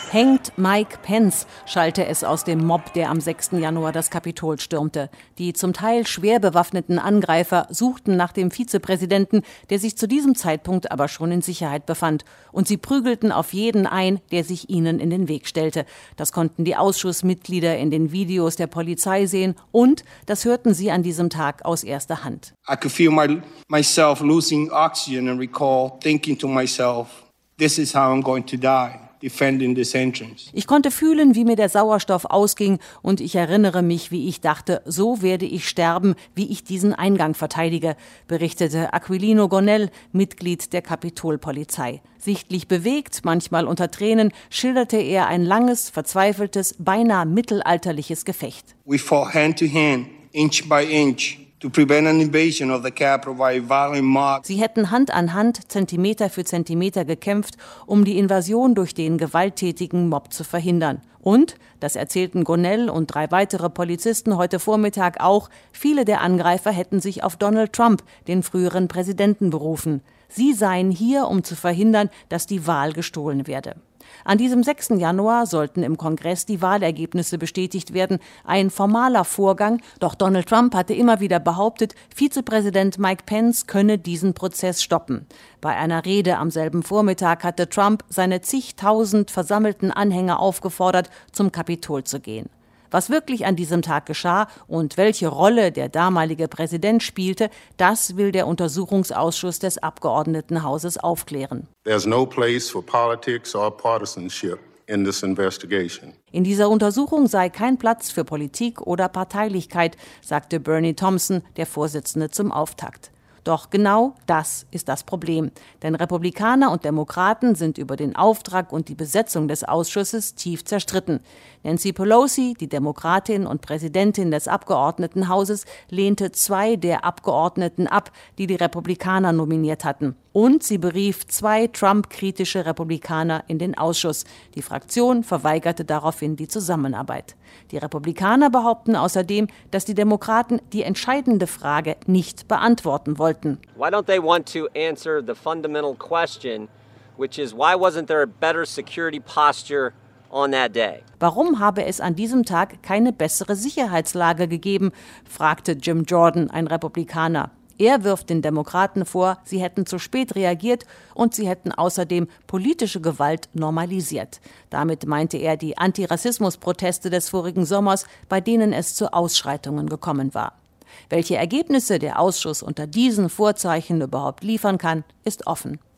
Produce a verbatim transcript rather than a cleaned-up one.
Hängt Mike Pence, schallte es aus dem Mob, der am sechsten Januar das Kapitol stürmte. Die zum Teil schwer bewaffneten Angreifer suchten nach dem Vizepräsidenten, der sich zu diesem Zeitpunkt aber schon in Sicherheit befand. Und sie prügelten auf jeden ein, der sich ihnen in den Weg stellte. Das konnten die Ausschussmitglieder in den Videos der Polizei sehen und das hörten sie an diesem Tag aus erster Hand. I could feel my, myself losing oxygen and recall thinking to myself, this is how I'm going to die. Defending this entrance. Ich konnte fühlen, wie mir der Sauerstoff ausging und ich erinnere mich, wie ich dachte, so werde ich sterben, wie ich diesen Eingang verteidige, berichtete Aquilino Gonell, Mitglied der Kapitolpolizei. Sichtlich bewegt, manchmal unter Tränen, schilderte er ein langes, verzweifeltes, beinahe mittelalterliches Gefecht. We fought hand to hand, inch by inch. To prevent an invasion of the Capitol by a violent mob. Sie hätten Hand an Hand, Zentimeter für Zentimeter gekämpft, um die Invasion durch den gewalttätigen Mob zu verhindern. Und, das erzählten Gonell und drei weitere Polizisten heute Vormittag auch, viele der Angreifer hätten sich auf Donald Trump, den früheren Präsidenten, berufen. Sie seien hier, um zu verhindern, dass die Wahl gestohlen werde. An diesem sechsten Januar sollten im Kongress die Wahlergebnisse bestätigt werden. Ein formaler Vorgang, doch Donald Trump hatte immer wieder behauptet, Vizepräsident Mike Pence könne diesen Prozess stoppen. Bei einer Rede am selben Vormittag hatte Trump seine zigtausend versammelten Anhänger aufgefordert, zum Kapitol zu gehen. Was wirklich an diesem Tag geschah und welche Rolle der damalige Präsident spielte, das will der Untersuchungsausschuss des Abgeordnetenhauses aufklären. There's no place for politics or partisanship in this investigation. In dieser Untersuchung sei kein Platz für Politik oder Parteilichkeit, sagte Bernie Thompson, der Vorsitzende, zum Auftakt. Doch genau das ist das Problem. Denn Republikaner und Demokraten sind über den Auftrag und die Besetzung des Ausschusses tief zerstritten. Nancy Pelosi, die Demokratin und Präsidentin des Abgeordnetenhauses, lehnte zwei der Abgeordneten ab, die die Republikaner nominiert hatten. Und sie berief zwei Trump-kritische Republikaner in den Ausschuss. Die Fraktion verweigerte daraufhin die Zusammenarbeit. Die Republikaner behaupten außerdem, dass die Demokraten die entscheidende Frage nicht beantworten wollten. Why don't they want to answer the fundamental question, which is why wasn't there a better security posture on that day? Warum habe es an diesem Tag keine bessere Sicherheitslage gegeben, fragte Jim Jordan, ein Republikaner. Er wirft den Demokraten vor, sie hätten zu spät reagiert und sie hätten außerdem politische Gewalt normalisiert. Damit meinte er die Antirassismus-Proteste des vorigen Sommers, bei denen es zu Ausschreitungen gekommen war. Welche Ergebnisse der Ausschuss unter diesen Vorzeichen überhaupt liefern kann, ist offen.